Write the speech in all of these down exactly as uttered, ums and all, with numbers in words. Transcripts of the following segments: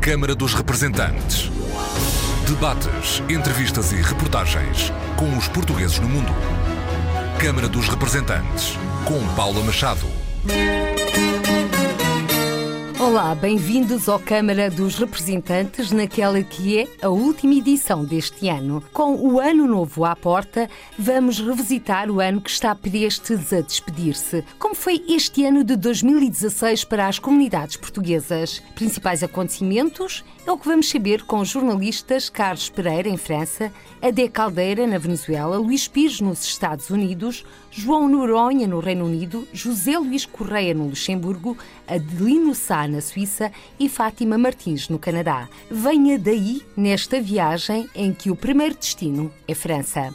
Câmara dos Representantes. Debates, entrevistas e reportagens com os portugueses no mundo. Câmara dos Representantes, com Paula Machado. Olá, bem-vindos ao Câmara dos Representantes, naquela que é a última edição deste ano. Com o Ano Novo à porta, vamos revisitar o ano que está prestes a despedir-se. Como foi este ano de dois mil e dezasseis para as comunidades portuguesas? Principais acontecimentos é o que vamos saber com os jornalistas Carlos Pereira, em França, Adé Caldeira, na Venezuela, Luís Pires, nos Estados Unidos, João Noronha, no Reino Unido, José Luís Correia, no Luxemburgo, Adelino Sá, na Suíça e Fátima Martins, no Canadá. Venha daí nesta viagem em que o primeiro destino é França.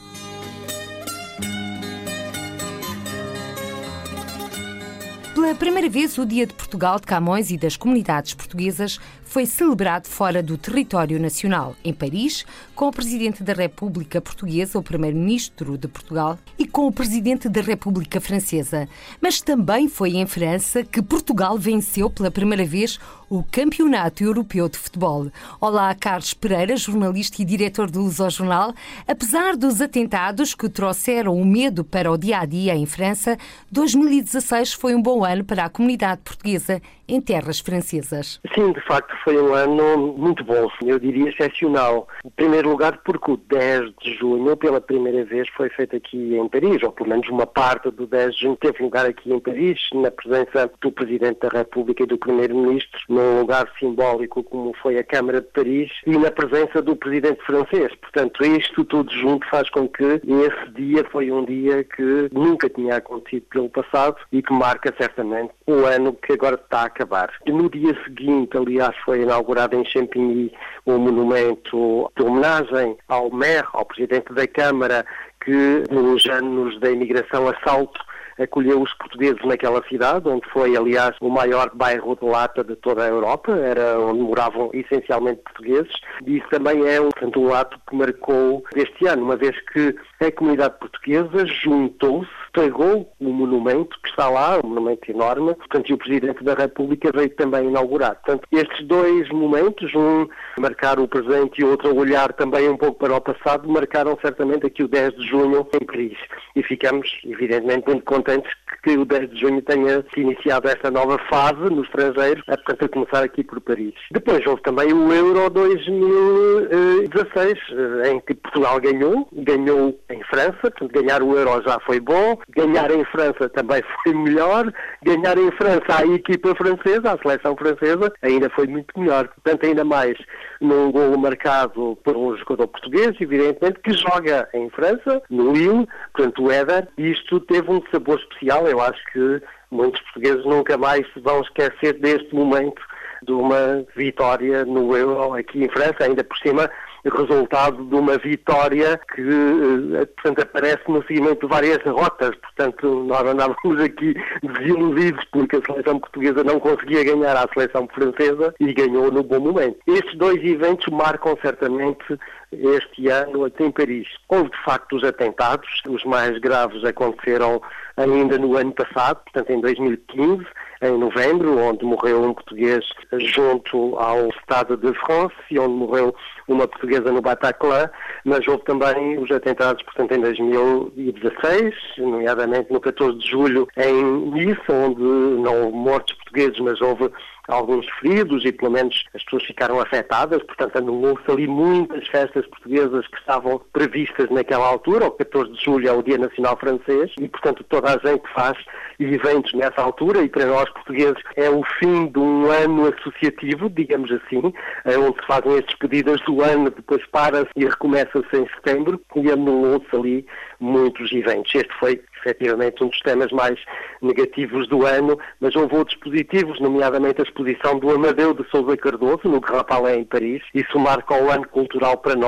Pela primeira vez, o Dia de Portugal de Camões e das comunidades portuguesas foi celebrado fora do território nacional, em Paris, com o Presidente da República Portuguesa, o Primeiro-Ministro de Portugal, e com o Presidente da República Francesa. Mas também foi em França que Portugal venceu pela primeira vez o Campeonato Europeu de Futebol. Olá, Carlos Pereira, jornalista e diretor do Lusojornal. Apesar dos atentados que trouxeram o medo para o dia-a-dia em França, dois mil e dezasseis foi um bom ano para a comunidade portuguesa em terras francesas. Sim, de facto foi um ano muito bom, eu diria excepcional. Em primeiro lugar porque o dez de junho, pela primeira vez, foi feito aqui em Paris, ou pelo menos uma parte do dez de junho teve lugar aqui em Paris, na presença do Presidente da República e do Primeiro-Ministro, num lugar simbólico como foi a Câmara de Paris, e na presença do Presidente francês. Portanto, isto tudo junto faz com que esse dia foi um dia que nunca tinha acontecido pelo passado e que marca certamente o ano que agora está a acabar. No dia seguinte, aliás, foi inaugurado em Champigny um monumento de homenagem ao maire, ao Presidente da Câmara, que nos anos da imigração a salto acolheu os portugueses naquela cidade, onde foi, aliás, o maior bairro de lata de toda a Europa, era onde moravam essencialmente portugueses, e isso também é um, portanto, um ato que marcou este ano, uma vez que a comunidade portuguesa juntou-se, pagou o monumento que está lá, um monumento enorme, portanto, e o Presidente da República veio também inaugurar. Portanto, estes dois momentos, um marcar o presente e o outro olhar também um pouco para o passado, marcaram certamente aqui o dez de junho em Paris. E ficamos, evidentemente, muito contentes que o dez de junho tenha iniciado esta nova fase no estrangeiro, a, portanto, a começar aqui por Paris. Depois houve também o Euro dois mil e dezasseis, em que Portugal ganhou, ganhou em França, portanto, ganhar o Euro já foi bom, ganhar em França também foi melhor, ganhar em França a equipa francesa, a seleção francesa, ainda foi muito melhor. Portanto, ainda mais num golo marcado por um jogador português, evidentemente, que joga em França, no Lille, portanto, o Éder, e isto teve um sabor especial. Eu acho que muitos portugueses nunca mais se vão esquecer deste momento de uma vitória no Euro aqui em França, ainda por cima resultado de uma vitória que, portanto, aparece no seguimento de várias derrotas. Portanto, nós andávamos aqui desiludidos porque a seleção portuguesa não conseguia ganhar à seleção francesa e ganhou no bom momento. Estes dois eventos marcam certamente este ano aqui em Paris. Houve, de facto, os atentados. Os mais graves aconteceram ainda no ano passado, portanto, em dois mil e quinze, em novembro, onde morreu um português junto ao Stade de France e onde morreu uma portuguesa no Bataclan, mas houve também os atentados, portanto, em dois mil e dezasseis, nomeadamente no catorze de julho em Nice, onde não houve mortos portugueses, mas houve alguns feridos e pelo menos as pessoas ficaram afetadas, portanto anulou-se ali muitas festas portuguesas que estavam previstas naquela altura. O catorze de julho é o Dia Nacional Francês e, portanto, toda a gente faz eventos nessa altura e para nós portugueses é o fim de um ano associativo, digamos assim, onde se fazem as despedidas do ano, depois para-se e recomeça-se em setembro e anulou-se ali muitos eventos. Este foi efetivamente um dos temas mais negativos do ano, mas houve outros positivos, nomeadamente a exposição do Amadeu de Sousa Cardoso no Grand Palais em Paris. Isso marca o ano cultural para nós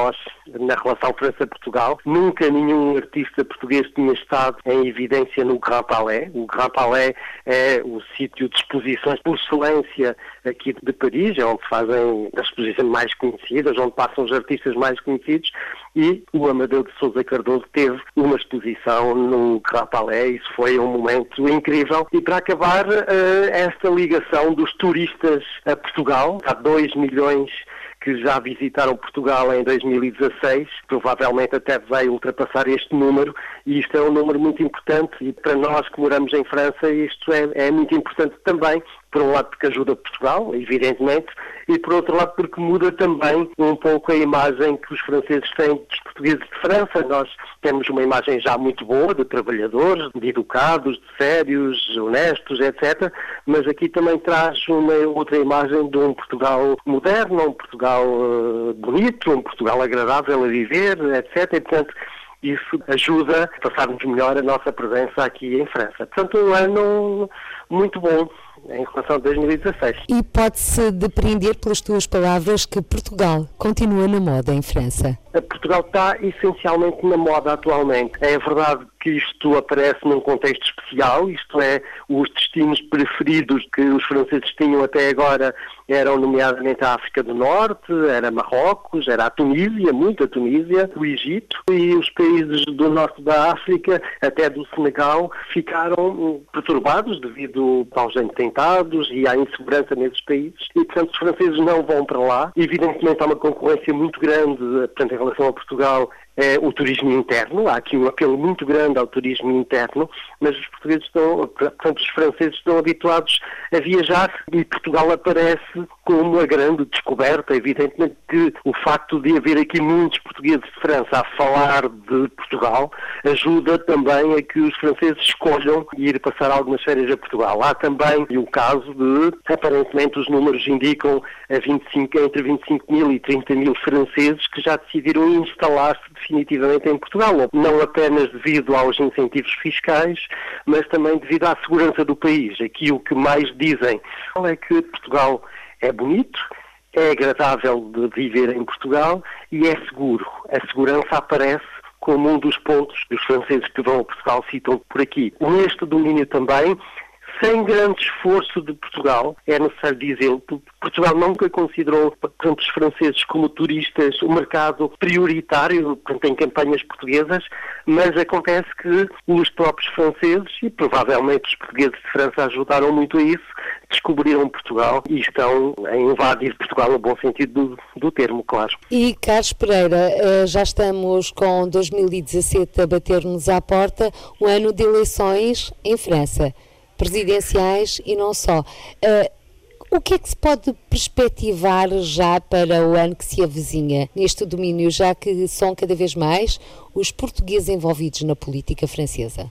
na relação França-Portugal. Nunca nenhum artista português tinha estado em evidência no Grand Palais. O Grand Palais é o sítio de exposições por excelência aqui de Paris, é onde fazem as exposições mais conhecidas, onde passam os artistas mais conhecidos, e o Amadeu de Sousa Cardoso teve uma exposição no Grand Palais. Isso foi um momento incrível. E para acabar, esta ligação dos turistas a Portugal, há dois milhões que já visitaram Portugal em dois mil e dezasseis, provavelmente até veio ultrapassar este número, e isto é um número muito importante, e para nós que moramos em França isto é, é muito importante também, por um lado porque ajuda Portugal, evidentemente, e por outro lado porque muda também um pouco a imagem que os franceses têm dos portugueses de França. Nós temos uma imagem já muito boa de trabalhadores, de educados, de sérios, honestos, etcétera, mas aqui também traz uma outra imagem de um Portugal moderno, um Portugal uh, bonito, um Portugal agradável a viver, etcétera. E, portanto, isso ajuda a passarmos melhor a nossa presença aqui em França. Portanto, um ano muito bom em relação a dois mil e dezasseis. E pode-se depreender pelas tuas palavras que Portugal continua na moda em França? Portugal está essencialmente na moda atualmente. É verdade que isto aparece num contexto especial, isto é, os destinos preferidos que os franceses tinham até agora eram nomeadamente a África do Norte, era Marrocos, era a Tunísia, muito a Tunísia, o Egito, e os países do norte da África, até do Senegal, ficaram perturbados devido aos atentados e à insegurança nesses países, e portanto os franceses não vão para lá. Evidentemente há uma concorrência muito grande, portanto, em relação a Portugal, é o turismo interno. Há aqui um apelo muito grande ao turismo interno, mas os portugueses estão, portanto, os franceses estão habituados a viajar, e Portugal aparece como a grande descoberta. Evidentemente que o facto de haver aqui muitos portugueses de França a falar de Portugal ajuda também a que os franceses escolham ir passar algumas férias a Portugal. Há também o caso de, aparentemente, os números indicam a vinte e cinco, entre vinte e cinco mil e trinta mil franceses que já decidiram instalar-se definitivamente em Portugal, não apenas devido aos incentivos fiscais, mas também devido à segurança do país. Aqui o que mais dizem é que Portugal é bonito, é agradável de viver em Portugal e é seguro. A segurança aparece como um dos pontos que os franceses que vão a Portugal citam por aqui. Neste domínio também, sem grande esforço de Portugal, é necessário dizer, Portugal nunca considerou, portanto, os franceses como turistas o mercado prioritário, portanto, em campanhas portuguesas, mas acontece que os próprios franceses, e provavelmente os portugueses de França ajudaram muito a isso, descobriram Portugal e estão a invadir Portugal no bom sentido do, do termo, claro. E, Carlos Pereira, já estamos com dois mil e dezassete a bater-nos à porta, um ano de eleições em França, presidenciais e não só. Uh, o que é que se pode perspectivar já para o ano que se avizinha neste domínio, já que são cada vez mais os portugueses envolvidos na política francesa?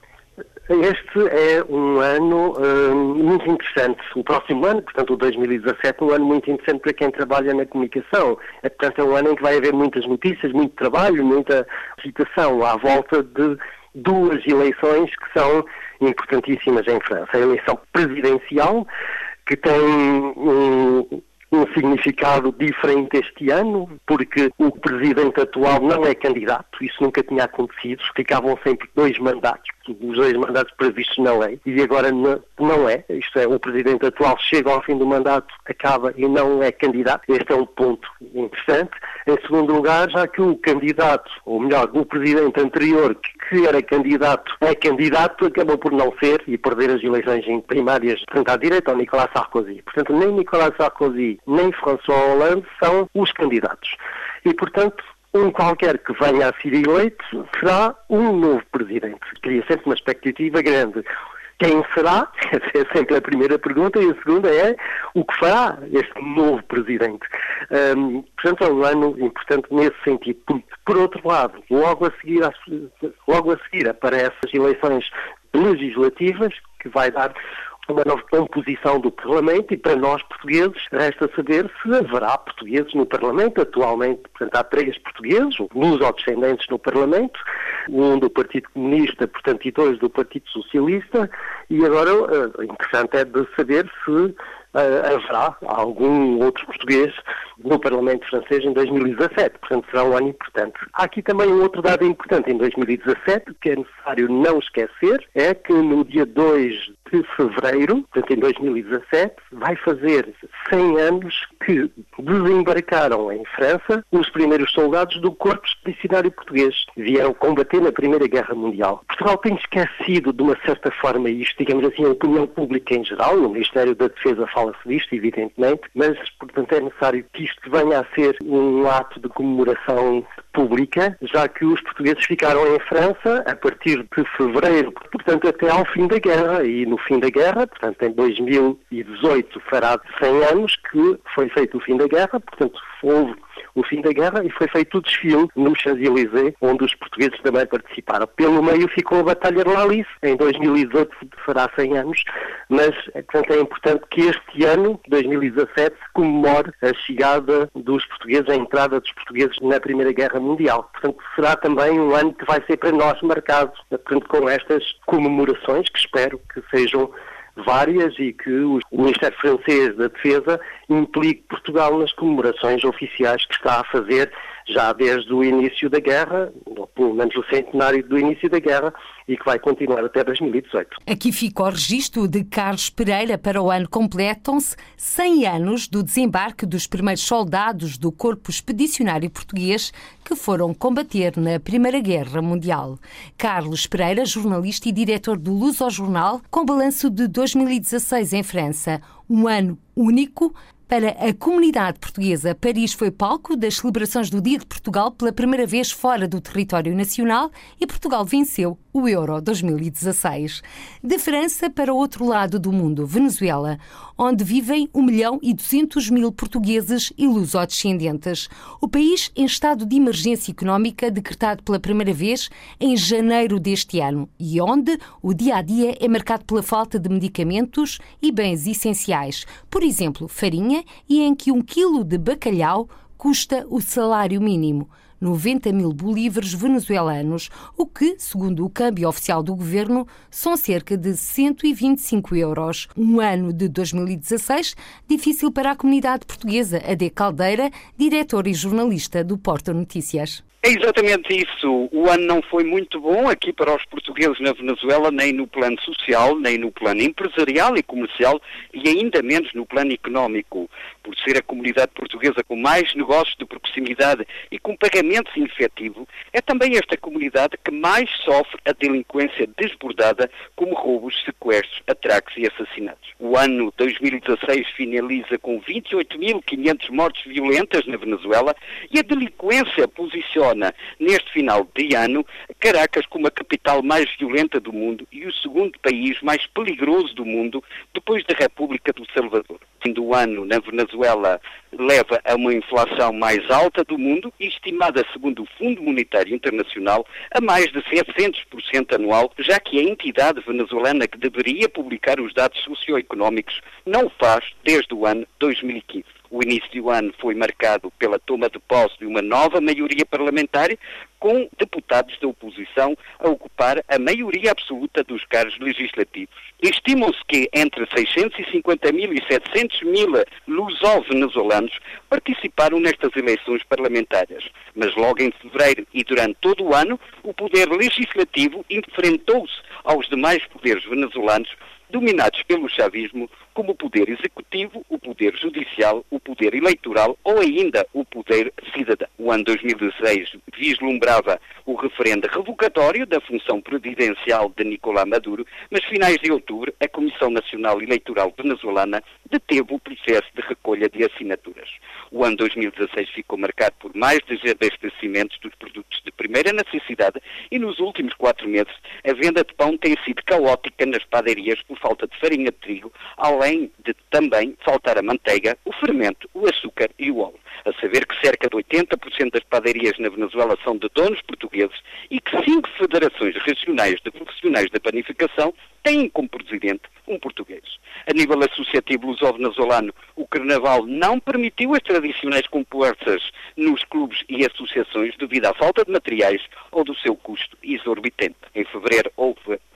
Este é um ano uh, muito interessante. O próximo ano, portanto o dois mil e dezassete, é um ano muito interessante para quem trabalha na comunicação. É, portanto, é um ano em que vai haver muitas notícias, muito trabalho, muita agitação à volta de duas eleições que são importantíssimas em França. A eleição presidencial, que tem um, um significado diferente este ano, porque o presidente atual não é candidato, isso nunca tinha acontecido, ficavam sempre dois mandatos, os dois mandatos previstos na lei, e agora não é, isto é, o presidente atual chega ao fim do mandato, acaba e não é candidato. Este é um ponto interessante. Em segundo lugar, já que o candidato, ou melhor, o presidente anterior, que era candidato, é candidato, acabou por não ser e perder as eleições em primárias, portanto, à direita ao Nicolas Sarkozy. Portanto, nem Nicolas Sarkozy, nem François Hollande são os candidatos. E, portanto, um qualquer que venha a ser eleito será um novo presidente. Cria sempre uma expectativa grande. Quem será? Essa é sempre a primeira pergunta, e a segunda é o que fará este novo presidente. Um, portanto, é um ano importante nesse sentido. Por, por outro lado, logo a seguir, logo a seguir aparecem as eleições legislativas, que vai dar uma nova composição do Parlamento, e para nós portugueses resta saber se haverá portugueses no Parlamento. Atualmente, portanto, há três portugueses, luso-descendentes no Parlamento, um do Partido Comunista, portanto, e dois do Partido Socialista, e agora o interessante é de saber se uh, haverá algum outro português no Parlamento francês em dois mil e dezassete, portanto será um ano importante. Há aqui também um outro dado importante em dois mil e dezassete, que é necessário não esquecer, é que no dia dois de fevereiro, portanto em dois mil e dezassete, vai fazer cem anos que desembarcaram em França os primeiros soldados do Corpo Expedicionário Português. Vieram combater na Primeira Guerra Mundial. Portugal tem esquecido, de uma certa forma, isto, digamos assim, a opinião pública em geral, no Ministério da Defesa fala-se disto, evidentemente, mas, portanto, é necessário que isto venha a ser um ato de comemoração pública, já que os portugueses ficaram em França a partir de fevereiro, portanto, até ao fim da guerra, e no fim da guerra, portanto, em dois mil e dezoito fará cem anos que foi feito o fim da guerra, portanto, houve o fim da guerra e foi feito o desfile no Champs-Élysées, onde os portugueses também participaram. Pelo meio ficou a Batalha de Lalice, em dois mil e dezoito fará cem anos, mas portanto, é importante que este ano, dois mil e dezassete, comemore a chegada dos portugueses, a entrada dos portugueses na Primeira Guerra Mundial. Portanto, será também um ano que vai ser para nós marcado, portanto, com estas comemorações, que espero que sejam várias e que o Ministério Francês da Defesa implique Portugal nas comemorações oficiais que está a fazer já desde o início da guerra, ou pelo menos o centenário do início da guerra, e que vai continuar até dois mil e dezoito. Aqui fica o registro de Carlos Pereira. Para o ano completam-se cem anos do desembarque dos primeiros soldados do Corpo Expedicionário Português que foram combater na Primeira Guerra Mundial. Carlos Pereira, jornalista e diretor do Luso-Jornal, com balanço de dois mil e dezasseis em França. Um ano único para a comunidade portuguesa. Paris foi palco das celebrações do Dia de Portugal pela primeira vez fora do território nacional e Portugal venceu o Euro dois mil e dezasseis. De França para o outro lado do mundo, Venezuela, onde vivem um milhão e duzentos mil portugueses e lusodescendentes. O país em estado de emergência económica decretado pela primeira vez em janeiro deste ano e onde o dia-a-dia é marcado pela falta de medicamentos e bens essenciais. Por exemplo, farinha, e em que um quilo de bacalhau custa o salário mínimo, noventa mil bolívares venezuelanos, o que, segundo o câmbio oficial do governo, são cerca de cento e vinte e cinco euros. Um ano de dois mil e dezasseis difícil para a comunidade portuguesa. Adê Caldeira, diretor e jornalista do Porta Notícias. É exatamente isso. O ano não foi muito bom aqui para os portugueses na Venezuela, nem no plano social, nem no plano empresarial e comercial, e ainda menos no plano económico. Por ser a comunidade portuguesa com mais negócios de proximidade e com pagamento efetivo, é também esta comunidade que mais sofre a delinquência desbordada, como roubos, sequestros, atraques e assassinatos. O ano dois mil e dezasseis finaliza com vinte e oito mil e quinhentas mortes violentas na Venezuela e a delinquência posiciona neste final de ano Caracas como a capital mais violenta do mundo e o segundo país mais peligroso do mundo, depois da República do Salvador. O fim do ano na Venezuela leva a uma inflação mais alta do mundo, estimada segundo o Fundo Monetário Internacional a mais de setecentos por cento anual, já que a entidade venezuelana que deveria publicar os dados socioeconómicos não o faz desde o ano dois mil e quinze. O início do ano foi marcado pela toma de posse de uma nova maioria parlamentar, com deputados da oposição a ocupar a maioria absoluta dos cargos legislativos. Estimam-se que entre seiscentos e cinquenta mil e setecentos mil luso-venezuelanos participaram nestas eleições parlamentares. Mas logo em fevereiro e durante todo o ano, o poder legislativo enfrentou-se aos demais poderes venezuelanos, dominados pelo chavismo, como o poder executivo, o poder judicial, o poder eleitoral ou ainda o poder cidadão. O ano dois mil e dezasseis vislumbrava o referendo revogatório da função presidencial de Nicolás Maduro, mas finais de outubro a Comissão Nacional Eleitoral Venezuelana deteve o processo de recolha de assinaturas. O ano dois mil e dezasseis ficou marcado por mais desabastecimentos dos produtos de primeira necessidade e nos últimos quatro meses a venda de pão tem sido caótica nas padarias por falta de farinha de trigo, além de também faltar a manteiga, o fermento, o açúcar e o óleo. A saber que cerca de oitenta por cento das padarias na Venezuela são de donos portugueses e que cinco federações regionais de profissionais da panificação têm como presidente um português. A nível associativo luso-venezuelano, o Carnaval não permitiu as tradicionais comparsas nos clubes e associações devido à falta de materiais ou do seu custo exorbitante. Em fevereiro houve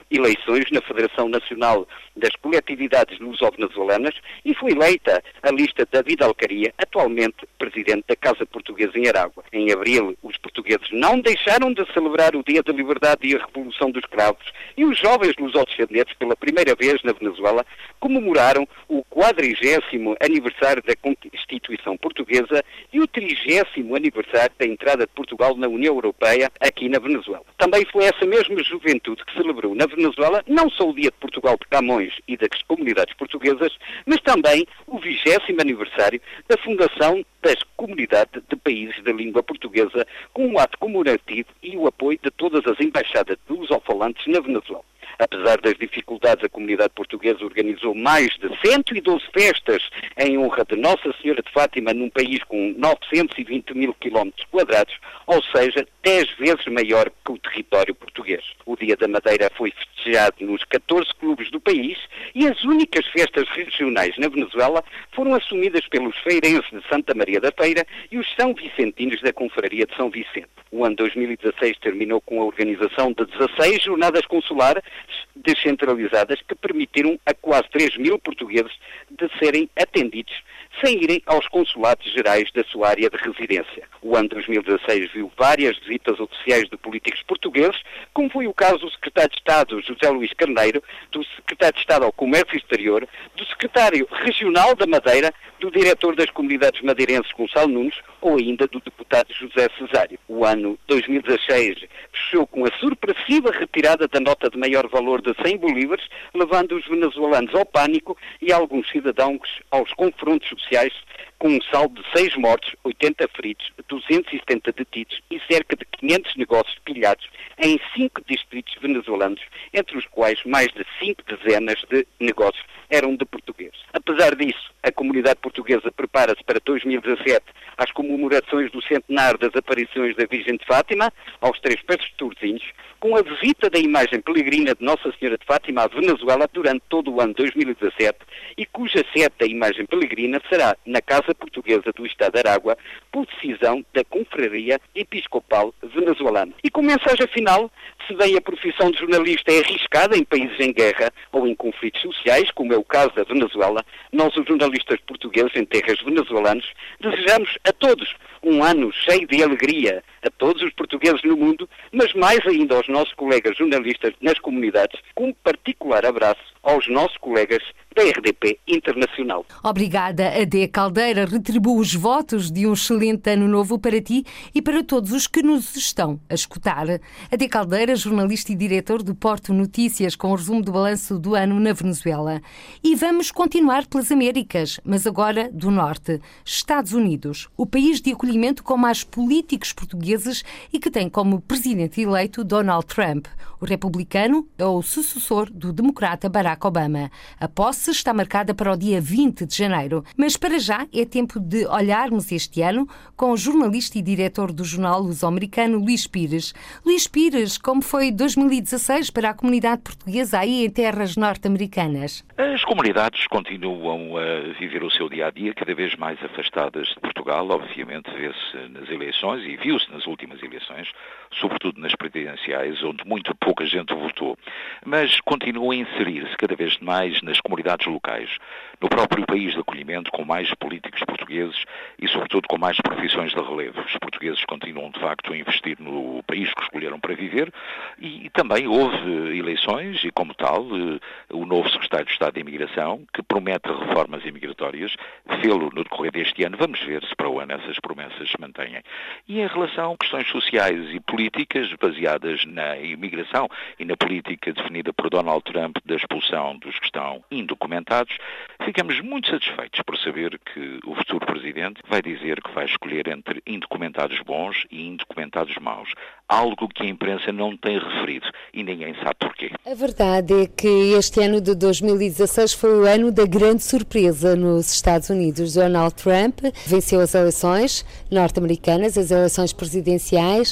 eleições na Federação Nacional das Coletividades Luso-Venezuelanas e foi eleita a lista David Alcaria, atualmente presidente da Casa Portuguesa em Aragua. Em abril, os portugueses não deixaram de celebrar o Dia da Liberdade e a Revolução dos Cravos e os jovens lusodescendentes, pela primeira vez na Venezuela, comemoraram o quadrigésimo aniversário da Constituição Portuguesa e o trigésimo aniversário da entrada de Portugal na União Europeia aqui na Venezuela. Também foi essa mesma juventude que celebrou na Venezuela não só o Dia de Portugal de Camões e das comunidades portuguesas, mas também o vigésimo aniversário da fundação das comunidades de países da língua portuguesa, com um ato comemorativo e o apoio de todas as embaixadas de lusofalantes na Venezuela. Apesar das dificuldades, a comunidade portuguesa organizou mais de cento e doze festas em honra de Nossa Senhora de Fátima num país com novecentos e vinte mil quilómetros quadrados, ou seja, dez vezes maior que o território português. O Dia da Madeira foi festejado nos catorze clubes do país e as únicas festas regionais na Venezuela foram assumidas pelos feirenses de Santa Maria da Feira e os São Vicentinos da Confraria de São Vicente. O ano dois mil e dezasseis terminou com a organização de dezasseis jornadas consulares descentralizadas que permitiram a quase três mil portugueses de serem atendidos sem irem aos consulados gerais da sua área de residência. O ano dois mil e dezasseis viu várias visitas oficiais de políticos portugueses, como foi o caso do secretário de Estado José Luís Carneiro, do secretário de Estado ao Comércio Exterior, do secretário regional da Madeira, do diretor das comunidades madeirenses Gonçalo Nunes ou ainda do deputado José Cesário. O ano dois mil e dezasseis fechou com a surpressiva retirada da nota de maior valor de cem bolívares, levando os venezuelanos ao pânico e alguns cidadãos aos confrontos sociais, com um saldo de seis mortos, oitenta feridos, duzentos e setenta detidos e cerca de quinhentos negócios pilhados em cinco distritos venezuelanos, entre os quais mais de cinco dezenas de negócios eram de portugueses. Apesar disso, a comunidade portuguesa prepara-se para dois mil e dezassete às comemorações do centenário das aparições da Virgem de Fátima, aos três pastorzinhos, com a visita da imagem peregrina de Nossa Senhora de Fátima à Venezuela durante todo o ano dois mil e dezassete e cuja sede da imagem peregrina será na Casa Portuguesa do Estado de Aragua, por decisão da Confraria Episcopal Venezuelana. E como mensagem final, se bem a profissão de jornalista é arriscada em países em guerra ou em conflitos sociais, como é o caso da Venezuela, nós, os jornalistas portugueses em terras venezuelanas, desejamos a todos um ano cheio de alegria, a todos os portugueses no mundo, mas mais ainda aos nossos colegas jornalistas nas comunidades, com um particular abraço aos nossos colegas da R D P Internacional. Obrigada, Adé Caldeira. Retribuo os votos de um excelente ano novo para ti e para todos os que nos estão a escutar. Adé Caldeira, jornalista e diretor do Porto Notícias, com o resumo do balanço do ano na Venezuela. E vamos continuar pelas Américas, mas agora do Norte. Estados Unidos, o país de acolhimento com mais políticos portugueses e que tem como presidente eleito Donald Trump. O republicano é o sucessor do democrata Barack Obama. A posse está marcada para o dia vinte de janeiro, mas para já é tempo de olharmos este ano com o jornalista e diretor do jornal luso-americano Luís Pires. Luís Pires, como foi dois mil e dezasseis para a comunidade portuguesa aí em terras norte-americanas? As comunidades continuam a viver o seu dia-a-dia cada vez mais afastadas de Portugal. Obviamente vê-se nas eleições e viu-se nas últimas eleições, sobretudo nas presidenciais, onde muito pouca gente votou, mas continua a inserir-se cada vez mais nas comunidades locais, no próprio país de acolhimento, com mais políticos portugueses e, sobretudo, com mais profissões de relevo. Os portugueses continuam, de facto, a investir no país que escolheram para viver e, e também houve eleições e, como tal, o novo secretário de Estado de Imigração, que promete reformas imigratórias, fê-lo no decorrer deste ano. Vamos ver se para o ano essas promessas se mantêm. E em relação a questões sociais e políticas baseadas na imigração e na política definida por Donald Trump da expulsão dos que estão indocumentados, ficamos muito satisfeitos por saber que o futuro presidente vai dizer que vai escolher entre indocumentados bons e indocumentados maus. Algo que a imprensa não tem referido e ninguém sabe porquê. A verdade é que este ano de dois mil e dezasseis foi o ano da grande surpresa nos Estados Unidos. Donald Trump venceu as eleições norte-americanas, as eleições presidenciais.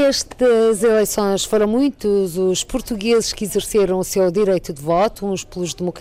Nestas eleições foram muitos os portugueses que exerceram o seu direito de voto, uns pelos democratas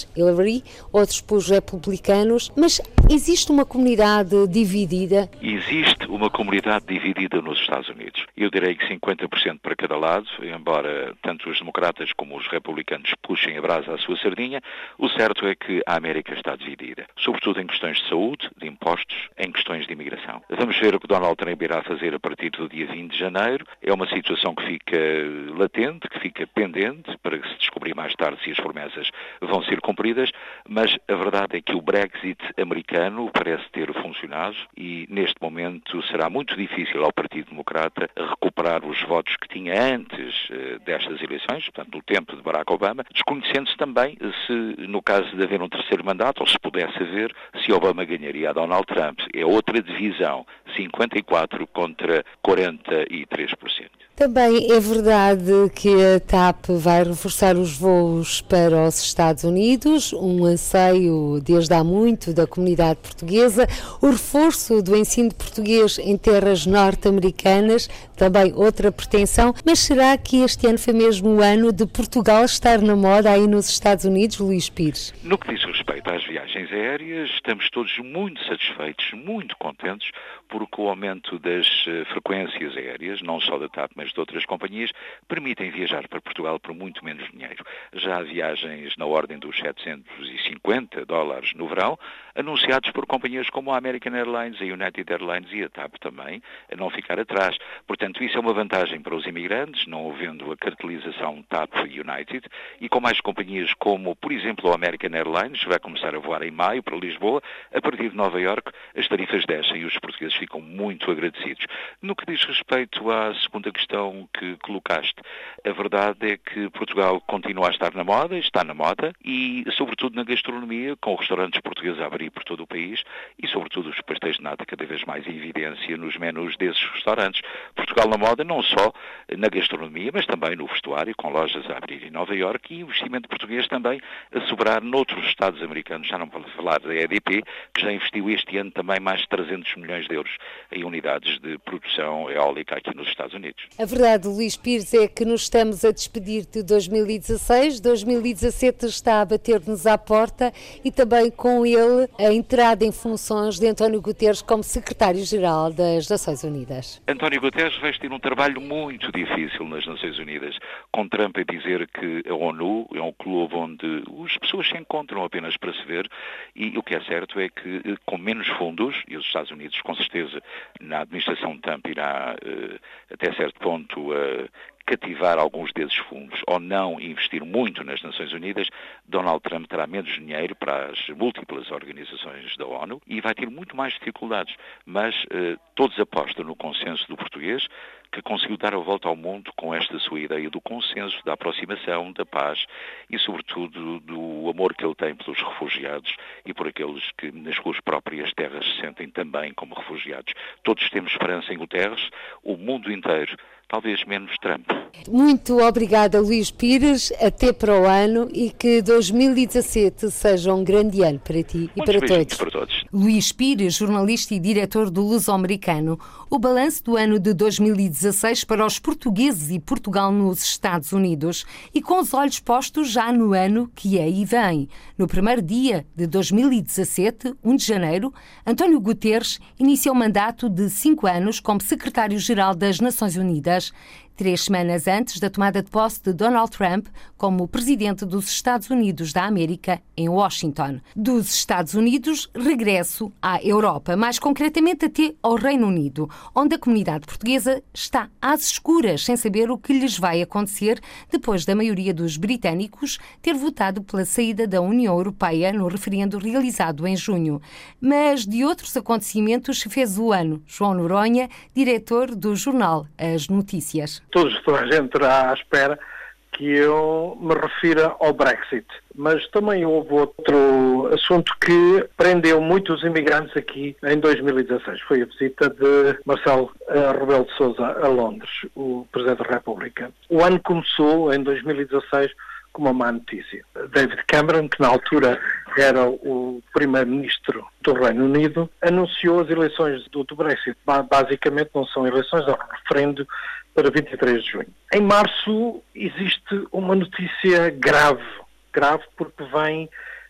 democratas, Hillary, outros pelos republicanos, mas existe uma comunidade dividida? Existe uma comunidade dividida nos Estados Unidos. Eu direi que cinquenta por cento para cada lado, embora tanto os democratas como os republicanos puxem a brasa à sua sardinha, o certo é que a América está dividida, sobretudo em questões de saúde, de impostos, em questões de imigração. Vamos ver o que Donald Trump irá fazer a partir do dia vinte de janeiro. É uma situação que fica latente, que fica pendente, para se descobrir mais tarde se as promessas vão ser cumpridas, mas a verdade é que o Brexit americano parece ter funcionado e neste momento será muito difícil ao Partido Democrata recuperar os votos que tinha antes uh, destas eleições, portanto no tempo de Barack Obama, desconhecendo-se também se, no caso de haver um terceiro mandato, ou se pudesse haver, se Obama ganharia a Donald Trump. É outra divisão, cinquenta e quatro contra quarenta e três por cento. Também é verdade que a TAP vai reforçar os voos para os Estados Unidos, um anseio desde há muito da comunidade portuguesa, o reforço do ensino de português em terras norte-americanas, também outra pretensão, mas será que este ano foi mesmo o ano de Portugal estar na moda aí nos Estados Unidos, Luís Pires? No que diz respeito às viagens aéreas, estamos todos muito satisfeitos, muito contentes, porque o aumento das frequências aéreas, não só da TAP, mas de outras companhias, permitem viajar para Portugal por muito menos dinheiro. Já há viagens na ordem dos setecentos e cinquenta dólares no verão, anunciados por companhias como a American Airlines, a United Airlines e a TAP também, a não ficar atrás. Portanto, isso é uma vantagem para os imigrantes, não havendo a cartelização TAP United, e com mais companhias como, por exemplo, a American Airlines, vai começar a voar em maio para Lisboa, a partir de Nova Iorque, as tarifas descem e os portugueses ficam muito agradecidos. No que diz respeito à segunda questão que colocaste, a verdade é que Portugal continua a estar na moda, está na moda, e sobretudo na gastronomia, com restaurantes portugueses a abrir por todo o país, e sobretudo os pastéis de nata cada vez mais em evidência nos menus desses restaurantes. Portugal na moda não só na gastronomia, mas também no vestuário, com lojas a abrir em Nova Iorque, e investimento português também a sobrar noutros Estados americanos, já não para falar da E D P, que já investiu este ano também mais de trezentos milhões de euros em unidades de produção eólica aqui nos Estados Unidos. A verdade, Luís Pires, é que nos estamos a despedir de dois mil e dezasseis, dois mil e dezassete está a bater-nos à porta e também com ele a entrada em funções de António Guterres como secretário-geral das Nações Unidas. António Guterres vai ter um trabalho muito difícil nas Nações Unidas, com Trump a dizer que a ONU é um clube onde as pessoas se encontram apenas para se ver, e o que é certo é que com menos fundos, e os Estados Unidos com certeza na administração de Trump irá até certo ponto cativar alguns desses fundos ou não investir muito nas Nações Unidas, Donald Trump terá menos dinheiro para as múltiplas organizações da ONU e vai ter muito mais dificuldades, mas eh, todos apostam no consenso do português, que conseguiu dar a volta ao mundo com esta sua ideia do consenso, da aproximação, da paz e, sobretudo, do amor que ele tem pelos refugiados e por aqueles que nas suas próprias terras se sentem também como refugiados. Todos temos esperança em Guterres, o mundo inteiro, talvez menos Trump. Muito obrigada, Luís Pires, até para o ano e que dois mil e dezassete seja um grande ano para ti e Muitos para todos. para todos. Luís Pires, jornalista e diretor do Luso-Americano. O balanço do ano de dois mil e dezasseis para os portugueses e Portugal nos Estados Unidos e com os olhos postos já no ano que aí vem. No primeiro dia de dois mil e dezassete, primeiro de janeiro, António Guterres inicia o mandato de cinco anos como secretário-geral das Nações Unidas. Três semanas antes da tomada de posse de Donald Trump como presidente dos Estados Unidos da América em Washington. Dos Estados Unidos, regresso à Europa, mais concretamente até ao Reino Unido, onde a comunidade portuguesa está às escuras, sem saber o que lhes vai acontecer depois da maioria dos britânicos ter votado pela saída da União Europeia no referendo realizado em junho. Mas de outros acontecimentos se fez o ano. João Noronha, diretor do jornal As Notícias. Todos toda a gente estará à espera que eu me refira ao Brexit. Mas também houve outro assunto que prendeu muitos imigrantes aqui em dois mil e dezasseis. Foi a visita de Marcelo Rebelo de Sousa a Londres, o Presidente da República. O ano começou, em dois mil e dezasseis, com uma má notícia. David Cameron, que na altura era o primeiro-ministro do Reino Unido, anunciou as eleições do, do Brexit. Basicamente não são eleições, é um referendo para vinte e três de junho. Em março existe uma notícia grave, grave porque vem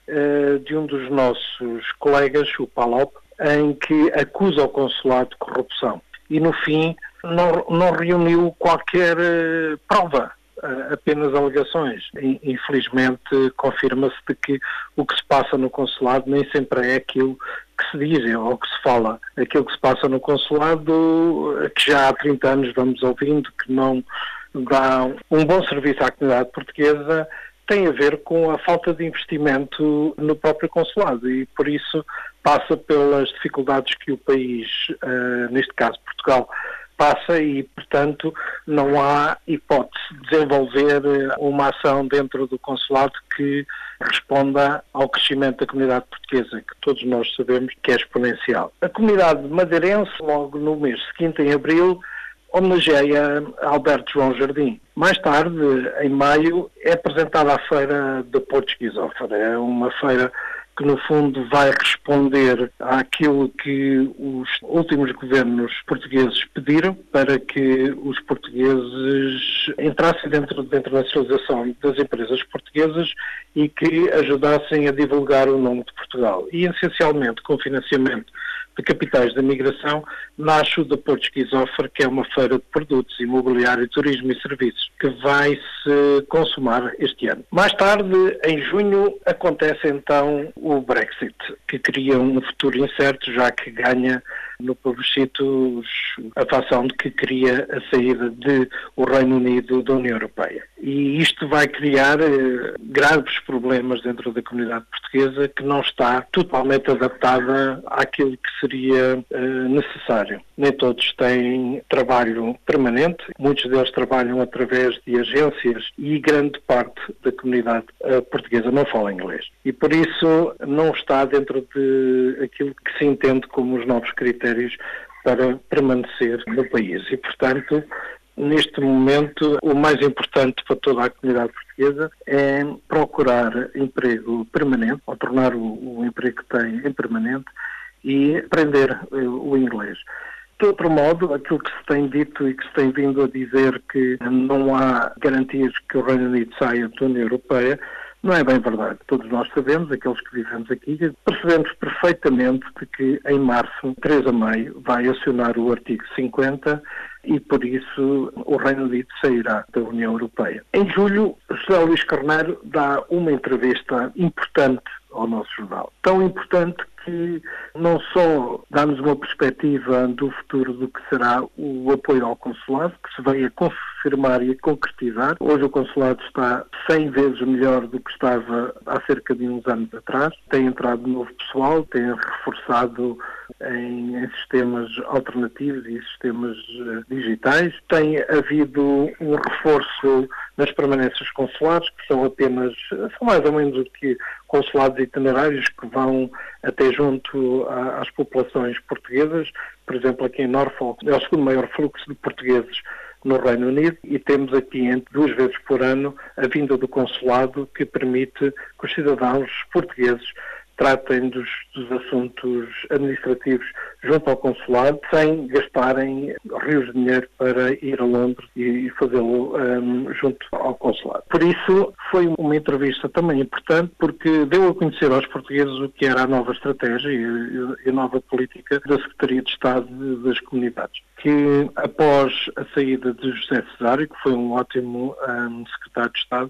uh, de um dos nossos colegas, o Palop, em que acusa o consulado de corrupção. E, no fim, não, não reuniu qualquer uh, prova, uh, apenas alegações. E, infelizmente, confirma-se de que o que se passa no consulado nem sempre é aquilo que se diz ou que se fala. Aquilo que se passa no consulado, que já há trinta anos vamos ouvindo, que não dá um bom serviço à comunidade portuguesa, tem a ver com a falta de investimento no próprio consulado e, por isso, passa pelas dificuldades que o país, uh, neste caso Portugal, passa e, portanto, não há hipótese de desenvolver uma ação dentro do consulado que responda ao crescimento da comunidade portuguesa, que todos nós sabemos que é exponencial. A comunidade madeirense, logo no mês seguinte, em abril, homenageia Alberto João Jardim. Mais tarde, em maio, é apresentada a Feira da Porto Esquizófaro. É uma feira que, no fundo, vai responder àquilo que os últimos governos portugueses pediram para que os portugueses entrassem dentro da internacionalização das empresas portuguesas e que ajudassem a divulgar o nome de Portugal. E, essencialmente, com financiamento de capitais da migração, nasce o da Porto Esquizófaro, que é uma feira de produtos, imobiliário, turismo e serviços, que vai se consumar este ano. Mais tarde, em junho, acontece então o Brexit, que cria um futuro incerto, já que ganha no plebiscito a facção de que queria a saída do Reino Unido da União Europeia. E isto vai criar eh, graves problemas dentro da comunidade portuguesa, que não está totalmente adaptada àquilo que seria eh, necessário. Nem todos têm trabalho permanente, muitos deles trabalham através de agências e grande parte da comunidade eh, portuguesa não fala inglês. E por isso não está dentro de aquilo que se entende como os novos critérios para permanecer no país. E, portanto, neste momento, o mais importante para toda a comunidade portuguesa é procurar emprego permanente, ou tornar o, o emprego que tem em permanente e aprender o inglês. De outro modo, aquilo que se tem dito e que se tem vindo a dizer que não há garantias que o Reino Unido saia da União Europeia, não é bem verdade. Todos nós sabemos, aqueles que vivemos aqui, percebemos perfeitamente de que em março, Theresa May vai acionar o artigo cinquenta e, por isso, o Reino Unido sairá da União Europeia. Em julho, José Luís Carneiro dá uma entrevista importante ao nosso jornal. Tão importante que não só dá-nos uma perspectiva do futuro do que será o apoio ao consulado, que se veio a confirmar e a concretizar. Hoje o consulado está cem vezes melhor do que estava há cerca de uns anos atrás. Tem entrado novo pessoal, tem reforçado em, em sistemas alternativos e sistemas uh, digitais. Tem havido um reforço nas permanências consulares, que são apenas, são mais ou menos o que consulados itinerários que vão até junto a, às populações portuguesas. Por exemplo, aqui em Norfolk é o segundo maior fluxo de portugueses no Reino Unido e temos aqui entre duas vezes por ano a vinda do consulado, que permite que os cidadãos portugueses tratem dos, dos assuntos administrativos junto ao consulado sem gastarem rios de dinheiro para ir a Londres e fazê-lo um, junto ao consulado. Por isso, foi uma entrevista também importante, porque deu a conhecer aos portugueses o que era a nova estratégia e a nova política da Secretaria de Estado das Comunidades, que após a saída de José Cesário, que foi um ótimo um, secretário de Estado,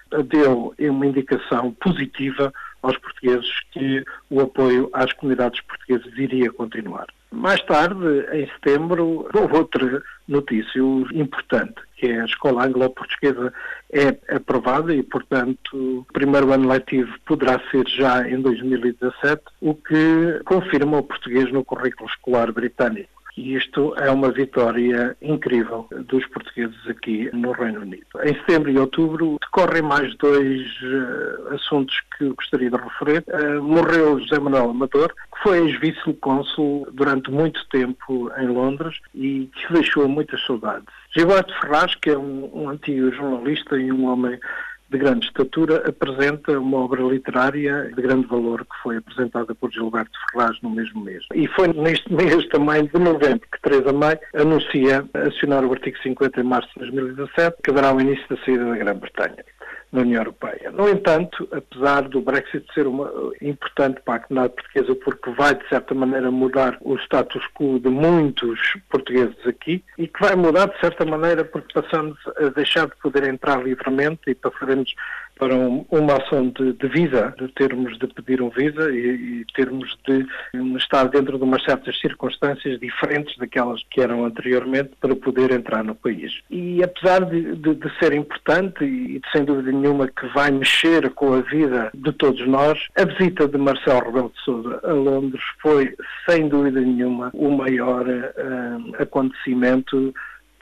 deu uma indicação positiva aos portugueses que o apoio às comunidades portuguesas iria continuar. Mais tarde, em setembro, houve outra notícia importante, que é a Escola Anglo-Portuguesa é aprovada e, portanto, o primeiro ano letivo poderá ser já em dois mil e dezassete, o que confirma o português no currículo escolar britânico. E isto é uma vitória incrível dos portugueses aqui no Reino Unido. Em setembro e outubro decorrem mais dois uh, assuntos que eu gostaria de referir. Uh, morreu José Manuel Amador, que foi ex-vice-cônsul durante muito tempo em Londres e que deixou muitas saudades. Gilberto Ferraz, que é um, um antigo jornalista e um homem de grande estatura, apresenta uma obra literária de grande valor que foi apresentada por Gilberto Ferraz no mesmo mês. E foi neste mês também de novembro que Theresa May anuncia acionar o artigo cinquenta em março de dois mil e dezassete, que dará o início da saída da Grã-Bretanha. na União Europeia. No entanto, apesar do Brexit ser uma, importante para a comunidade portuguesa, porque vai, de certa maneira, mudar o status quo de muitos portugueses aqui, e que vai mudar, de certa maneira, porque passamos a deixar de poder entrar livremente e passaremos para um, uma ação de, de visa, de termos de pedir um visa e, e termos de um, estar dentro de umas certas circunstâncias diferentes daquelas que eram anteriormente para poder entrar no país. E apesar de, de, de ser importante e de sem dúvida nenhuma que vai mexer com a vida de todos nós, a visita de Marcelo Rebelo de Sousa a Londres foi sem dúvida nenhuma o maior uh, acontecimento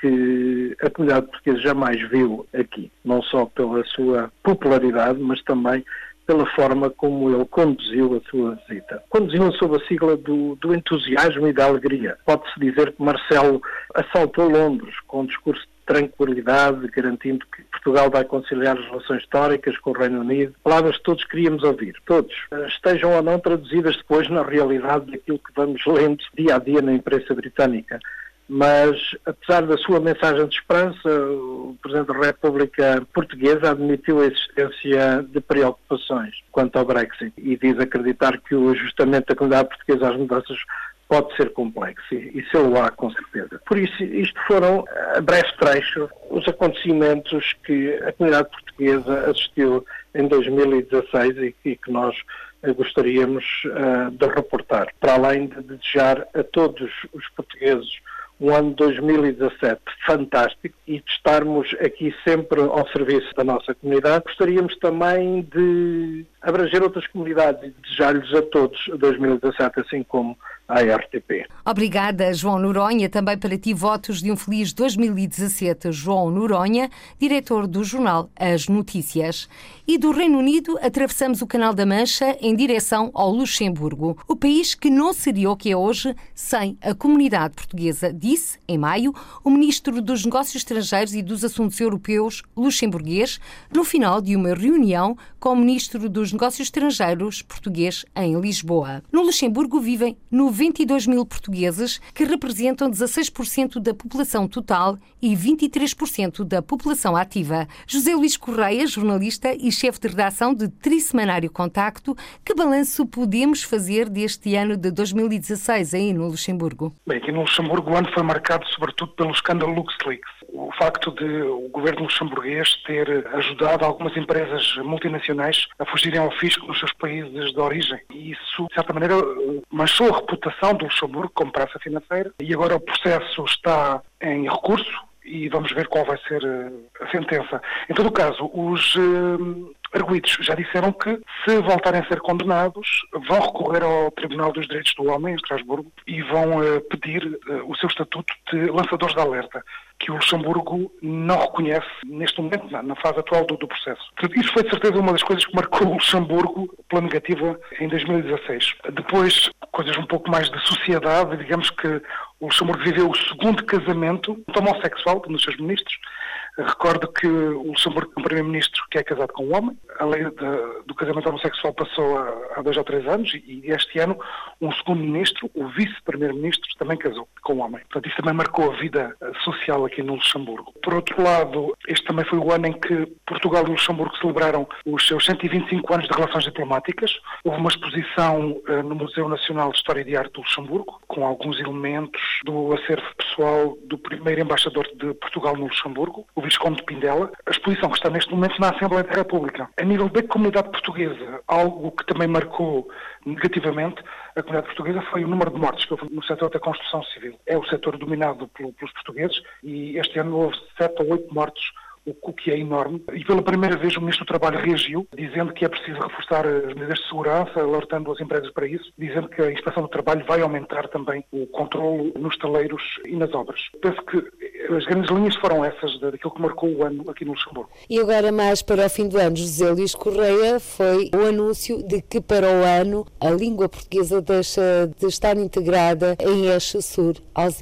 que a comunidade portuguesa jamais viu aqui, não só pela sua popularidade, mas também pela forma como ele conduziu a sua visita. Conduziu-a sob a sigla do, do entusiasmo e da alegria. Pode-se dizer que Marcelo assaltou Londres com um discurso de tranquilidade, garantindo que Portugal vai conciliar as relações históricas com o Reino Unido. Palavras que todos queríamos ouvir, todos. Estejam ou não traduzidas depois na realidade daquilo que vamos lendo dia a dia na imprensa britânica. Mas, apesar da sua mensagem de esperança, o Presidente da República Portuguesa admitiu a existência de preocupações quanto ao Brexit e diz acreditar que o ajustamento da comunidade portuguesa às mudanças pode ser complexo, e isso ele há com certeza. Por isso, isto foram, a breve trecho, os acontecimentos que a comunidade portuguesa assistiu em dois mil e dezasseis e que, que nós gostaríamos uh, de reportar, para além de desejar a todos os portugueses um ano dois mil e dezassete fantástico e de estarmos aqui sempre ao serviço da nossa comunidade. Gostaríamos também de abranger outras comunidades e desejar-lhes a todos dois mil e dezassete, assim como à R T P. Obrigada, João Noronha. Também para ti votos de um feliz dois mil e dezassete. João Noronha, diretor do jornal As Notícias. E do Reino Unido atravessamos o Canal da Mancha em direção ao Luxemburgo, o país que não seria o que é hoje sem a comunidade portuguesa, disse, em maio, o ministro dos Negócios Estrangeiros e dos Assuntos Europeus luxemburguês, no final de uma reunião com o ministro dos Negócios Estrangeiros português em Lisboa. No Luxemburgo vivem noventa e dois mil portugueses, que representam dezasseis por cento da população total e vinte e três por cento da população ativa. José Luís Correia, jornalista e chefe de redação de Trissemanário Contacto, que balanço podemos fazer deste ano de dois mil e dezasseis aí no Luxemburgo? Bem, aqui no Luxemburgo o ano foi marcado sobretudo pelo escândalo LuxLeaks. O facto de o governo luxemburguês ter ajudado algumas empresas multinacionais a fugirem ao fisco nos seus países de origem. E isso, de certa maneira, manchou a reputação do Luxemburgo como praça financeira. E agora o processo está em recurso e vamos ver qual vai ser a sentença. Em todo o caso, os uh, arguidos já disseram que, se voltarem a ser condenados, vão recorrer ao Tribunal dos Direitos do Homem, em Estrasburgo, e vão uh, pedir uh, o seu estatuto de lançadores de alerta, que o Luxemburgo não reconhece neste momento, na, na fase atual do, do processo. Isso foi, de certeza, uma das coisas que marcou o Luxemburgo pela negativa em dois mil e dezasseis. Depois, coisas um pouco mais de sociedade, digamos que o Luxemburgo viveu o segundo casamento homossexual de um dos seus ministros. Recordo que o Luxemburgo tem um primeiro-ministro que é casado com um homem. A lei de, do casamento homossexual passou há, há dois ou três anos e este ano um segundo ministro, o vice-primeiro-ministro, também casou com um homem. Portanto, isso também marcou a vida social aqui no Luxemburgo. Por outro lado, este também foi o ano em que Portugal e Luxemburgo celebraram os seus cento e vinte e cinco anos de relações diplomáticas. Houve uma exposição uh, no Museu Nacional de História e de Arte do Luxemburgo, com alguns elementos do acervo pessoal do primeiro embaixador de Portugal no Luxemburgo, o Visconde de Pindela. A exposição que está neste momento na Assembleia da República. A nível da comunidade portuguesa, algo que também marcou negativamente a comunidade portuguesa foi o número de mortes que houve no setor da construção civil. É o setor dominado pelo, pelos portugueses e este ano houve sete ou oito mortes, o que é enorme. E pela primeira vez o Ministro do Trabalho reagiu, dizendo que é preciso reforçar as medidas de segurança, alertando as empresas para isso, dizendo que a Inspeção do Trabalho vai aumentar também o controle nos taleiros e nas obras. Penso que as grandes linhas foram essas daquilo que marcou o ano aqui no Luxemburgo. E agora, mais para o fim do ano, José Luís Correia, foi o anúncio de que para o ano a língua portuguesa deixa de estar integrada em eixo sul ao Z E T.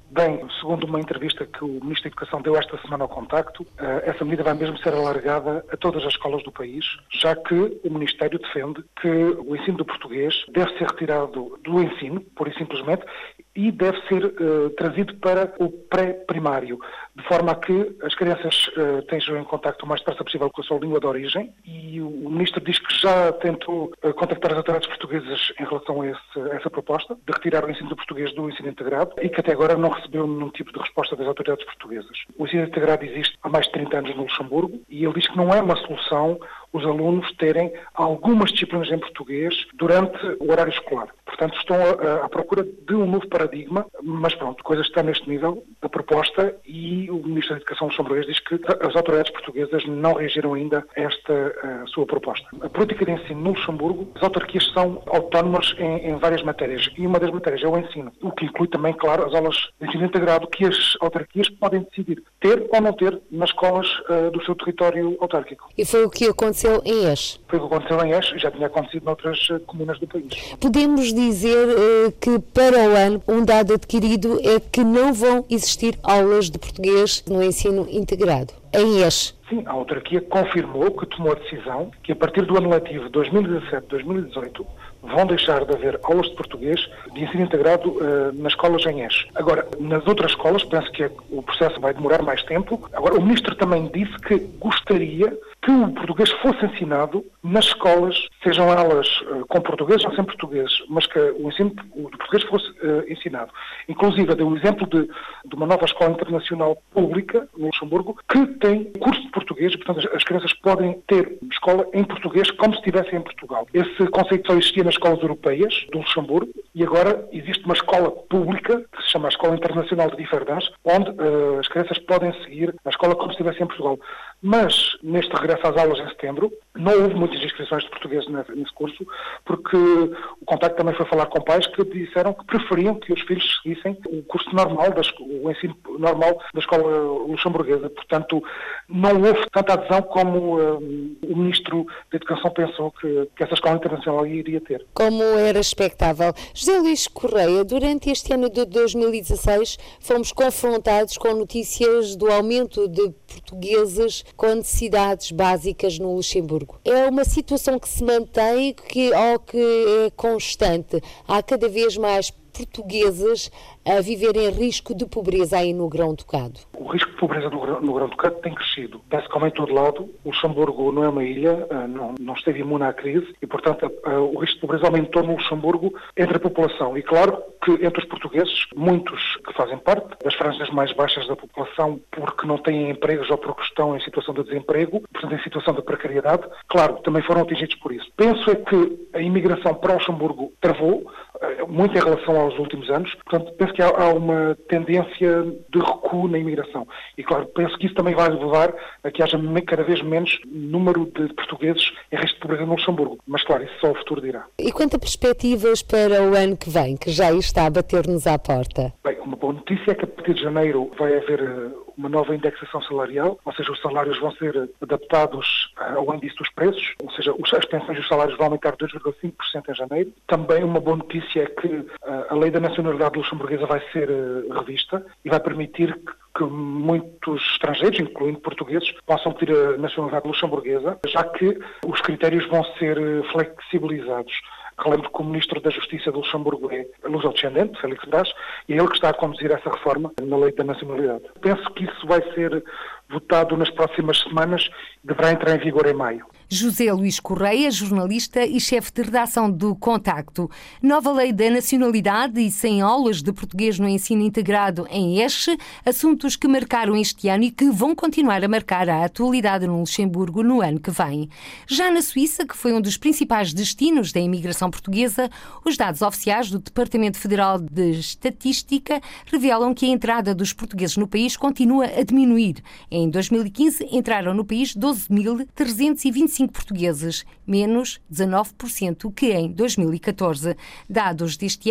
Bem, segundo uma entrevista que o Ministro da Educação deu esta semana ao Contacto, essa medida vai mesmo ser alargada a todas as escolas do país, já que o Ministério defende que o ensino do português deve ser retirado do ensino, pura e simplesmente, e deve ser uh, trazido para o pré-primário, de forma a que as crianças uh, estejam em contacto o mais depressa possível com a sua língua de origem, e o Ministro diz que já tentou uh, contactar as autoridades portuguesas em relação a, esse, a essa proposta, de retirar o ensino do português do ensino integrado, e que até agora não recebeu nenhum tipo de resposta das autoridades portuguesas. O ensino integrado existe há mais de trinta anos no Luxemburgo, e ele diz que não é uma solução os alunos terem algumas disciplinas em português durante o horário escolar. Portanto, estão à, à procura de um novo paradigma, mas pronto, a coisa está neste nível da proposta e o Ministro da Educação luxemburguês diz que as autoridades portuguesas não reagiram ainda a esta a sua proposta. A política de ensino no Luxemburgo, as autarquias são autónomas em, em várias matérias e uma das matérias é o ensino, o que inclui também, claro, as aulas de ensino integrado que as autarquias podem decidir ter ou não ter nas escolas uh, do seu território autárquico. E foi o que aconteceu em Esch? Foi o que aconteceu em Esch e já tinha acontecido noutras uh, comunas do país. Podemos dizer uh, que para o ano um dado adquirido é que não vão existir aulas de português no ensino integrado em Esch. Sim, a autarquia confirmou que tomou a decisão que a partir do ano letivo dois mil e dezassete dois mil e dezoito vão deixar de haver aulas de português de ensino integrado uh, nas escolas em Esch. Agora, nas outras escolas, penso que o processo vai demorar mais tempo. Agora, o Ministro também disse que gostaria que o português fosse ensinado nas escolas, sejam elas uh, com português ou sem português, mas que o ensino do português fosse uh, ensinado. Inclusive, deu o exemplo de, de uma nova escola internacional pública no Luxemburgo que tem curso de português e, portanto, as crianças podem ter escola em português como se estivessem em Portugal. Esse conceito só existia nas escolas europeias do Luxemburgo e agora existe uma escola pública que se chama a Escola Internacional de Differdange, onde uh, as crianças podem seguir a escola como se estivessem em Portugal. Mas, neste regresso às aulas em setembro, não houve muitas inscrições de português nesse curso, porque o Contacto também foi falar com pais que disseram que preferiam que os filhos seguissem o curso normal, da, o ensino normal da escola luxemburguesa. Portanto, não houve tanta adesão como uh, o Ministro da Educação pensou que, que essa escola internacional iria ter. Como era expectável. José Luís Correia, durante este ano de dois mil e dezasseis fomos confrontados com notícias do aumento de portugueses com necessidades básicas no Luxemburgo. É uma situação que se mantém que, ou que é constante? Há cada vez mais portugueses a viver em risco de pobreza aí no Grão-Ducado? O risco de pobreza no Grão-Ducado tem crescido. Penso que como em todo lado, o Luxemburgo não é uma ilha, não, não esteve imune à crise e, portanto, o risco de pobreza aumentou no Luxemburgo entre a população. E claro que entre os portugueses, muitos que fazem parte das franjas mais baixas da população porque não têm empregos ou porque estão em situação de desemprego, portanto em situação de precariedade, claro, também foram atingidos por isso. Penso é que a imigração para o Luxemburgo travou, muito em relação aos últimos anos, portanto penso que há, há uma tendência de recuo na imigração e claro, penso que isso também vai levar a que haja cada vez menos número de portugueses em risco de pobreza no Luxemburgo, mas claro, isso só o futuro dirá. E quanto a perspectivas para o ano que vem, que já está a bater-nos à porta? Bem, uma boa notícia é que a partir de janeiro vai haver uma nova indexação salarial, ou seja, os salários vão ser adaptados ao índice dos preços, ou seja, as pensões e os salários vão aumentar dois vírgula cinco por cento em janeiro. Também uma boa notícia é que a lei da nacionalidade luxemburguesa vai ser revista e vai permitir que que muitos estrangeiros, incluindo portugueses, possam pedir a nacionalidade luxemburguesa, já que os critérios vão ser flexibilizados. Relembro que o Ministro da Justiça do Luxemburgo é luso-descendente, Félix Brás, e é ele que está a conduzir essa reforma na lei da nacionalidade. Penso que isso vai ser votado nas próximas semanas e deverá entrar em vigor em maio. José Luís Correia, jornalista e chefe de redação do Contacto. Nova lei da nacionalidade e sem aulas de português no ensino integrado em Esch, assuntos que marcaram este ano e que vão continuar a marcar a atualidade no Luxemburgo no ano que vem. Já na Suíça, que foi um dos principais destinos da imigração portuguesa, os dados oficiais do Departamento Federal de Estatística revelam que a entrada dos portugueses no país continua a diminuir. Em dois mil e quinze, entraram no país doze mil trezentos e vinte e cinco portugueses, menos dezanove por cento que em dois mil e catorze. Dados deste ano,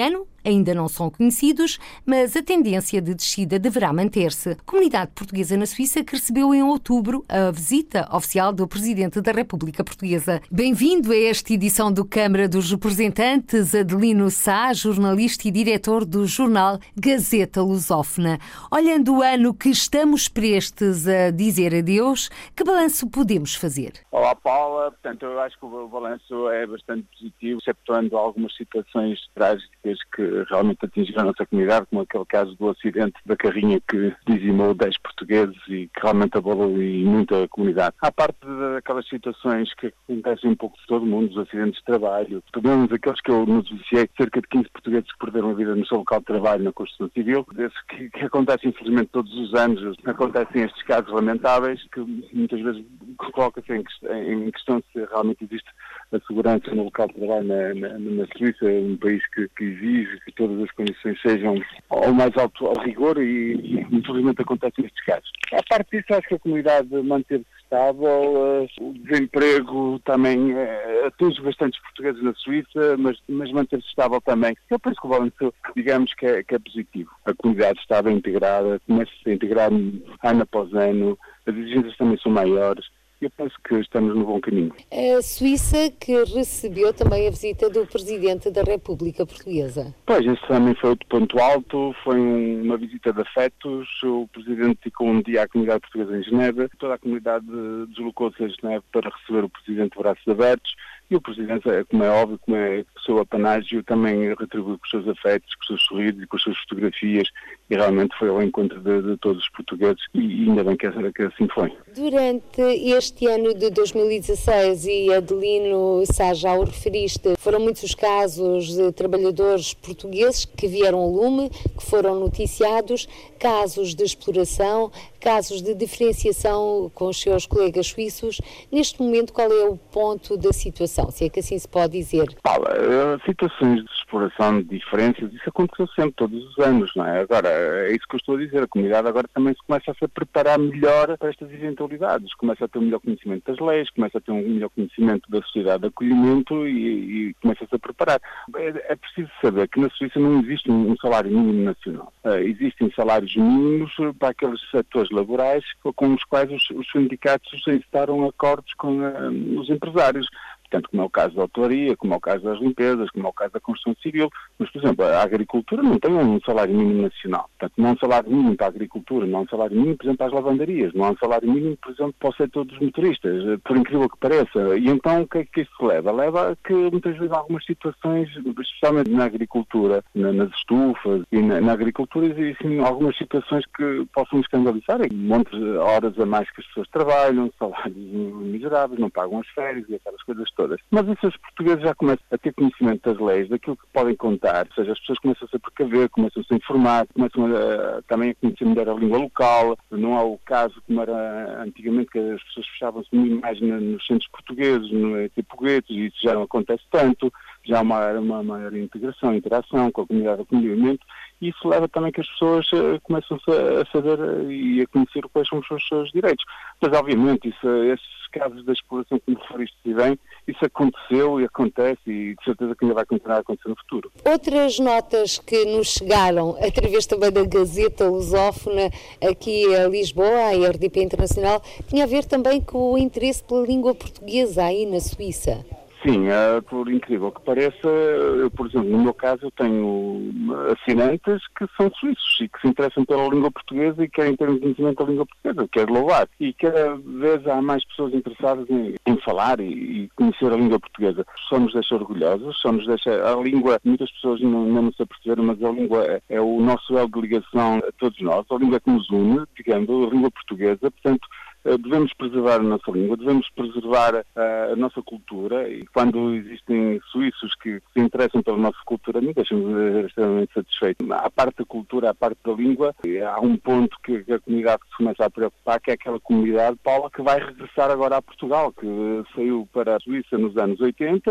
ainda não são conhecidos, mas a tendência de descida deverá manter-se. A comunidade portuguesa na Suíça que recebeu em outubro a visita oficial do Presidente da República Portuguesa. Bem-vindo a esta edição do Câmara dos Representantes, Adelino Sá, jornalista e diretor do jornal Gazeta Lusófona. Olhando o ano que estamos prestes a dizer adeus, que balanço podemos fazer? Olá, Paula. Portanto, eu acho que o balanço é bastante positivo, exceptuando algumas situações trágicas que realmente atingiram a nossa comunidade, como aquele caso do acidente da carrinha que dizimou dez portugueses e que realmente abalou muito a comunidade. À parte daquelas situações que acontecem um pouco de todo o mundo, os acidentes de trabalho, pelo menos aqueles que eu noticiei, cerca de quinze portugueses que perderam a vida no seu local de trabalho na construção civil, desses que, que acontecem infelizmente todos os anos, acontecem estes casos lamentáveis que muitas vezes coloca-se em, em questão se realmente existe a segurança no local de trabalho na, na, na Suíça, um país que, que exige que todas as condições sejam ao mais alto ao rigor e, e infelizmente acontecem estes casos. À parte disso, acho que a comunidade manteve-se estável, o desemprego também atinge bastantes portugueses na Suíça, mas, mas manteve-se estável também. Eu penso que o balanço, digamos, que é, que é positivo. A comunidade está bem integrada, começa-se a integrar ano após ano, as exigências também são maiores. Eu penso que estamos no bom caminho. A Suíça que recebeu também a visita do Presidente da República Portuguesa. Pois, esse também foi outro ponto alto, foi um, uma visita de afetos, o Presidente ficou um dia à comunidade portuguesa em Genebra, toda a comunidade deslocou-se a Genebra para receber o Presidente de braços abertos. E o Presidente, como é óbvio, como é o seu apanágio, também retribuiu com os seus afetos, com os seus sorrisos e com as suas fotografias, e realmente foi ao encontro de, de todos os portugueses, e ainda bem que, que assim foi. Durante este ano de dois mil e dezasseis, e Adelino Sá, já o referiste, foram muitos os casos de trabalhadores portugueses que vieram ao lume, que foram noticiados, casos de exploração, casos de diferenciação com os seus colegas suíços. Neste momento, qual é o ponto da situação, se é que assim se pode dizer? Paula, situações de exploração, de diferenças, isso aconteceu sempre, todos os anos, não é? Agora, é isso que eu estou a dizer, a comunidade agora também se começa a se preparar melhor para estas eventualidades, começa a ter um melhor conhecimento das leis, começa a ter um melhor conhecimento da sociedade de acolhimento e, e começa-se a preparar. É, é preciso saber que na Suíça não existe um salário mínimo nacional. Uh, existem salários mínimos para aqueles setores laborais com os quais os, os sindicatos encetaram acordos com uh, os empresários. Portanto, como é o caso da hotelaria, como é o caso das limpezas, como é o caso da construção civil. Mas, por exemplo, a agricultura não tem um salário mínimo nacional. Portanto, não há um salário mínimo para a agricultura, não há um salário mínimo, por exemplo, para as lavanderias, não há um salário mínimo, por exemplo, para o setor dos motoristas, por incrível que pareça. E então, o que é que isso leva? Leva a que, muitas vezes, algumas situações, especialmente na agricultura, na, nas estufas e na, na agricultura, existem algumas situações que possam escandalizar. Montes de horas a mais que as pessoas trabalham, salários miseráveis, não pagam as férias e aquelas coisas todas. Mas isso os portugueses já começam a ter conhecimento das leis, daquilo que podem contar, ou seja, as pessoas começam-se a precaver, começam-se a informar, começam a, também a conhecer melhor a língua local, não há o caso como era antigamente, que as pessoas fechavam-se muito mais nos centros portugueses, no tipo guetos, e isso já não acontece tanto, já há uma, uma maior integração, interação com a comunidade de acolhimento, e isso leva também que as pessoas uh, começam a saber uh, e a conhecer quais são os seus, seus direitos. Mas, obviamente, isso, esses casos da exploração que me referiste bem, isso aconteceu e acontece e de certeza que ainda vai continuar a acontecer no futuro. Outras notas que nos chegaram, através também da Gazeta Lusófona, aqui a Lisboa, a R D P Internacional, tinha a ver também com o interesse pela língua portuguesa aí na Suíça. Sim, é, por incrível que pareça, eu, por exemplo, no meu caso, eu tenho assinantes que são suíços e que se interessam pela língua portuguesa e querem ter um conhecimento da língua portuguesa, quero louvar. E cada vez há mais pessoas interessadas em, em falar e, e conhecer a língua portuguesa. Só nos deixa orgulhosos, só nos deixa... A língua, muitas pessoas não, não se aperceberam, mas a língua é, é o nosso elo de ligação a todos nós, a língua que nos une, digamos, a língua portuguesa, portanto, devemos preservar a nossa língua, devemos preservar a, a nossa cultura e quando existem suíços que se interessam pela nossa cultura, me deixam extremamente satisfeito. À parte da cultura, à parte da língua, há um ponto que a comunidade se começa a preocupar, que é aquela comunidade, Paula, que vai regressar agora a Portugal, que saiu para a Suíça nos anos oitenta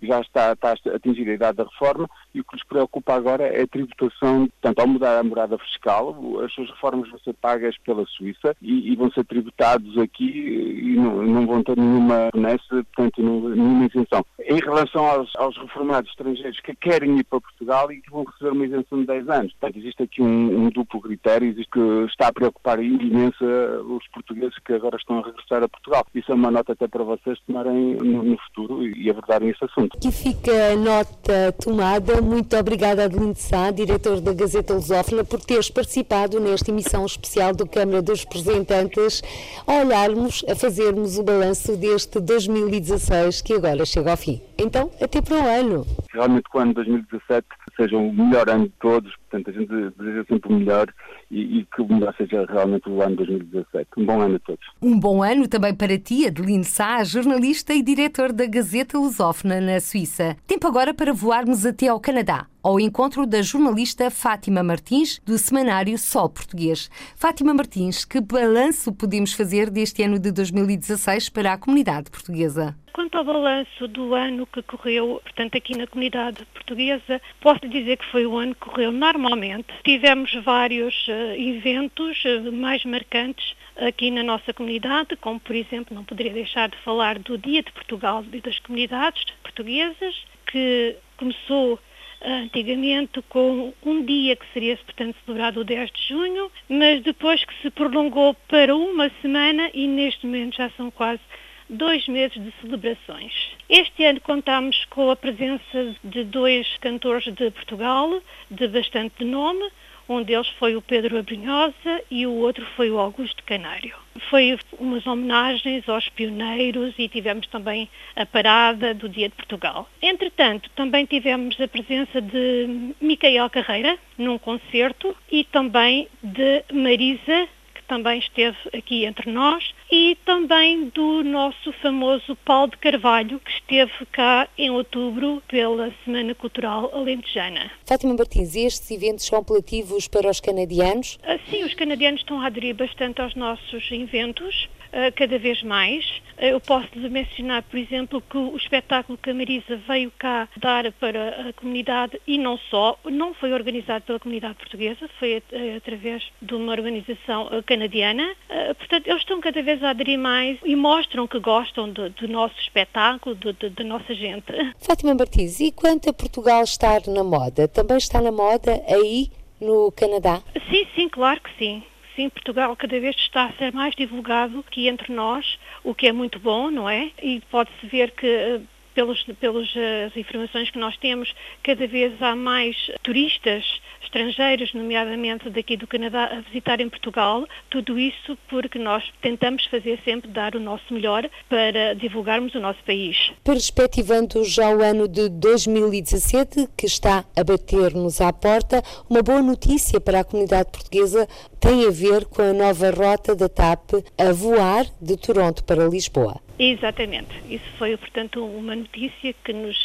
já está, está a atingir a idade da reforma e o que lhes preocupa agora é a tributação. Portanto, ao mudar a morada fiscal, as suas reformas vão ser pagas pela Suíça e, e vão ser tributados aqui e não, não vão ter nenhuma benesse, portanto, nenhuma isenção. Em relação aos, aos reformados estrangeiros que querem ir para Portugal e que vão receber uma isenção de dez anos. Portanto, existe aqui um, um duplo critério, existe que está a preocupar imenso os portugueses que agora estão a regressar a Portugal. Isso é uma nota até para vocês tomarem no, no futuro e abordarem esse assunto. Aqui fica a nota tomada. Muito obrigada, Adelino Sá, diretor da Gazeta Lusófona, por teres participado nesta emissão especial do Câmara dos Representantes, a olharmos, a fazermos o balanço deste dois mil e dezasseis que agora chega ao fim. Então, até para o ano. Realmente que o ano de dois mil e dezassete seja o melhor ano de todos, portanto a gente deseja sempre o melhor e, e que o melhor seja realmente o ano de dois mil e dezassete. Um bom ano a todos. Um bom ano também para ti, Adelino Sá, jornalista e diretor da Gazeta Lusófona na Suíça. Tempo agora para voarmos até ao Canadá, ao encontro da jornalista Fátima Martins, do semanário Sol Português. Fátima Martins, que balanço podemos fazer deste ano de dois mil e dezasseis para a comunidade portuguesa? Quanto ao balanço do ano que correu, portanto, aqui na comunidade portuguesa, posso dizer que foi um ano que correu normalmente. Tivemos vários uh, eventos uh, mais marcantes aqui na nossa comunidade, como, por exemplo, não poderia deixar de falar do Dia de Portugal e das comunidades portuguesas, que começou antigamente com um dia que seria, portanto, celebrado o dez de junho, mas depois que se prolongou para uma semana e neste momento já são quase dois meses de celebrações. Este ano contámos com a presença de dois cantores de Portugal, de bastante nome. Um deles foi o Pedro Abrunhosa e o outro foi o Augusto Canário. Foi umas homenagens aos pioneiros e tivemos também a parada do Dia de Portugal. Entretanto, também tivemos a presença de Micael Carreira num concerto e também de Marisa, também esteve aqui entre nós, e também do nosso famoso Paulo de Carvalho, que esteve cá em outubro pela Semana Cultural Alentejana. Fátima Martins, estes eventos são apelativos para os canadianos? Sim, os canadianos estão a aderir bastante aos nossos eventos, cada vez mais. Eu posso mencionar, por exemplo, que o espetáculo que a Marisa veio cá dar para a comunidade, e não só, não foi organizado pela comunidade portuguesa, foi através de uma organização canadiana. Portanto, eles estão cada vez a aderir mais e mostram que gostam do, do nosso espetáculo, da nossa gente. Fátima Martins, e quanto a Portugal estar na moda, também está na moda aí no Canadá? Sim, sim, claro que sim. Sim, Portugal cada vez está a ser mais divulgado aqui entre nós, o que é muito bom, não é? E pode-se ver que, pelos, pelas informações que nós temos, cada vez há mais turistas estrangeiros, nomeadamente daqui do Canadá, a visitarem Portugal. Tudo isso porque nós tentamos fazer sempre dar o nosso melhor para divulgarmos o nosso país. Perspectivando já o ano de dois mil e dezassete, que está a bater-nos à porta, uma boa notícia para a comunidade portuguesa tem a ver com a nova rota da TAP a voar de Toronto para Lisboa. Exatamente. Isso foi, portanto, uma notícia que nos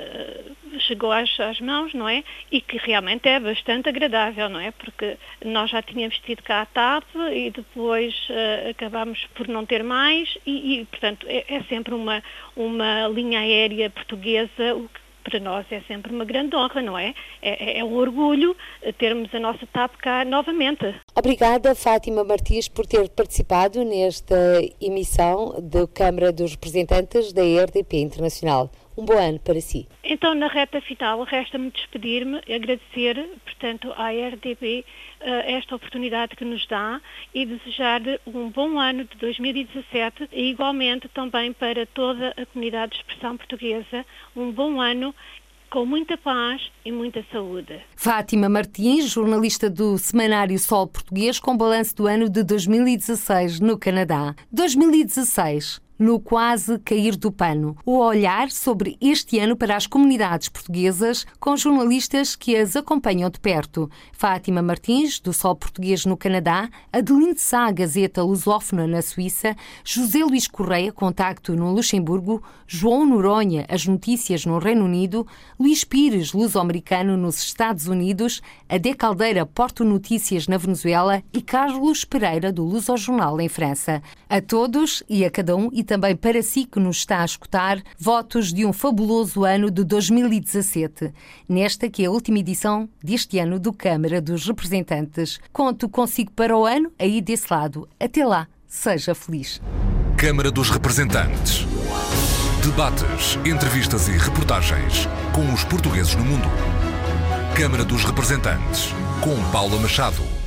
uh, chegou às, às mãos, não é? E que realmente é bastante agradável, não é? Porque nós já tínhamos tido cá a TAP e depois uh, acabámos por não ter mais e, e portanto, é, é sempre uma, uma linha aérea portuguesa, o que para nós é sempre uma grande honra, não é? É, é um orgulho termos a nossa TAP cá novamente. Obrigada, Fátima Martins, por ter participado nesta emissão da Câmara dos Representantes da R D P Internacional. Um bom ano para si. Então, na reta final, resta-me despedir-me e agradecer, portanto, à R D P uh, esta oportunidade que nos dá e desejar um bom ano de dois mil e dezassete e, igualmente, também para toda a comunidade de expressão portuguesa, um bom ano com muita paz e muita saúde. Fátima Martins, jornalista do semanário Sol Português, com balanço do ano de dois mil e dezasseis no Canadá. dois mil e dezasseis. No quase cair do pano. O olhar sobre este ano para as comunidades portuguesas com jornalistas que as acompanham de perto. Fátima Martins, do Sol Português no Canadá, Adelino Sá, Gazeta Lusófona na Suíça, José Luís Correia, Contacto no Luxemburgo, João Noronha, As Notícias no Reino Unido, Luís Pires, Luso-Americano nos Estados Unidos, Adé Caldeira, Porto Notícias na Venezuela e Carlos Pereira, do Luso Jornal em França. A todos e a cada um e também para si que nos está a escutar, votos de um fabuloso ano de dois mil e dezassete, nesta que é a última edição deste ano do Câmara dos Representantes. Conto consigo para o ano, aí desse lado. Até lá, seja feliz. Câmara dos Representantes. Debates, entrevistas e reportagens com os portugueses no mundo. Câmara dos Representantes, com Paula Machado.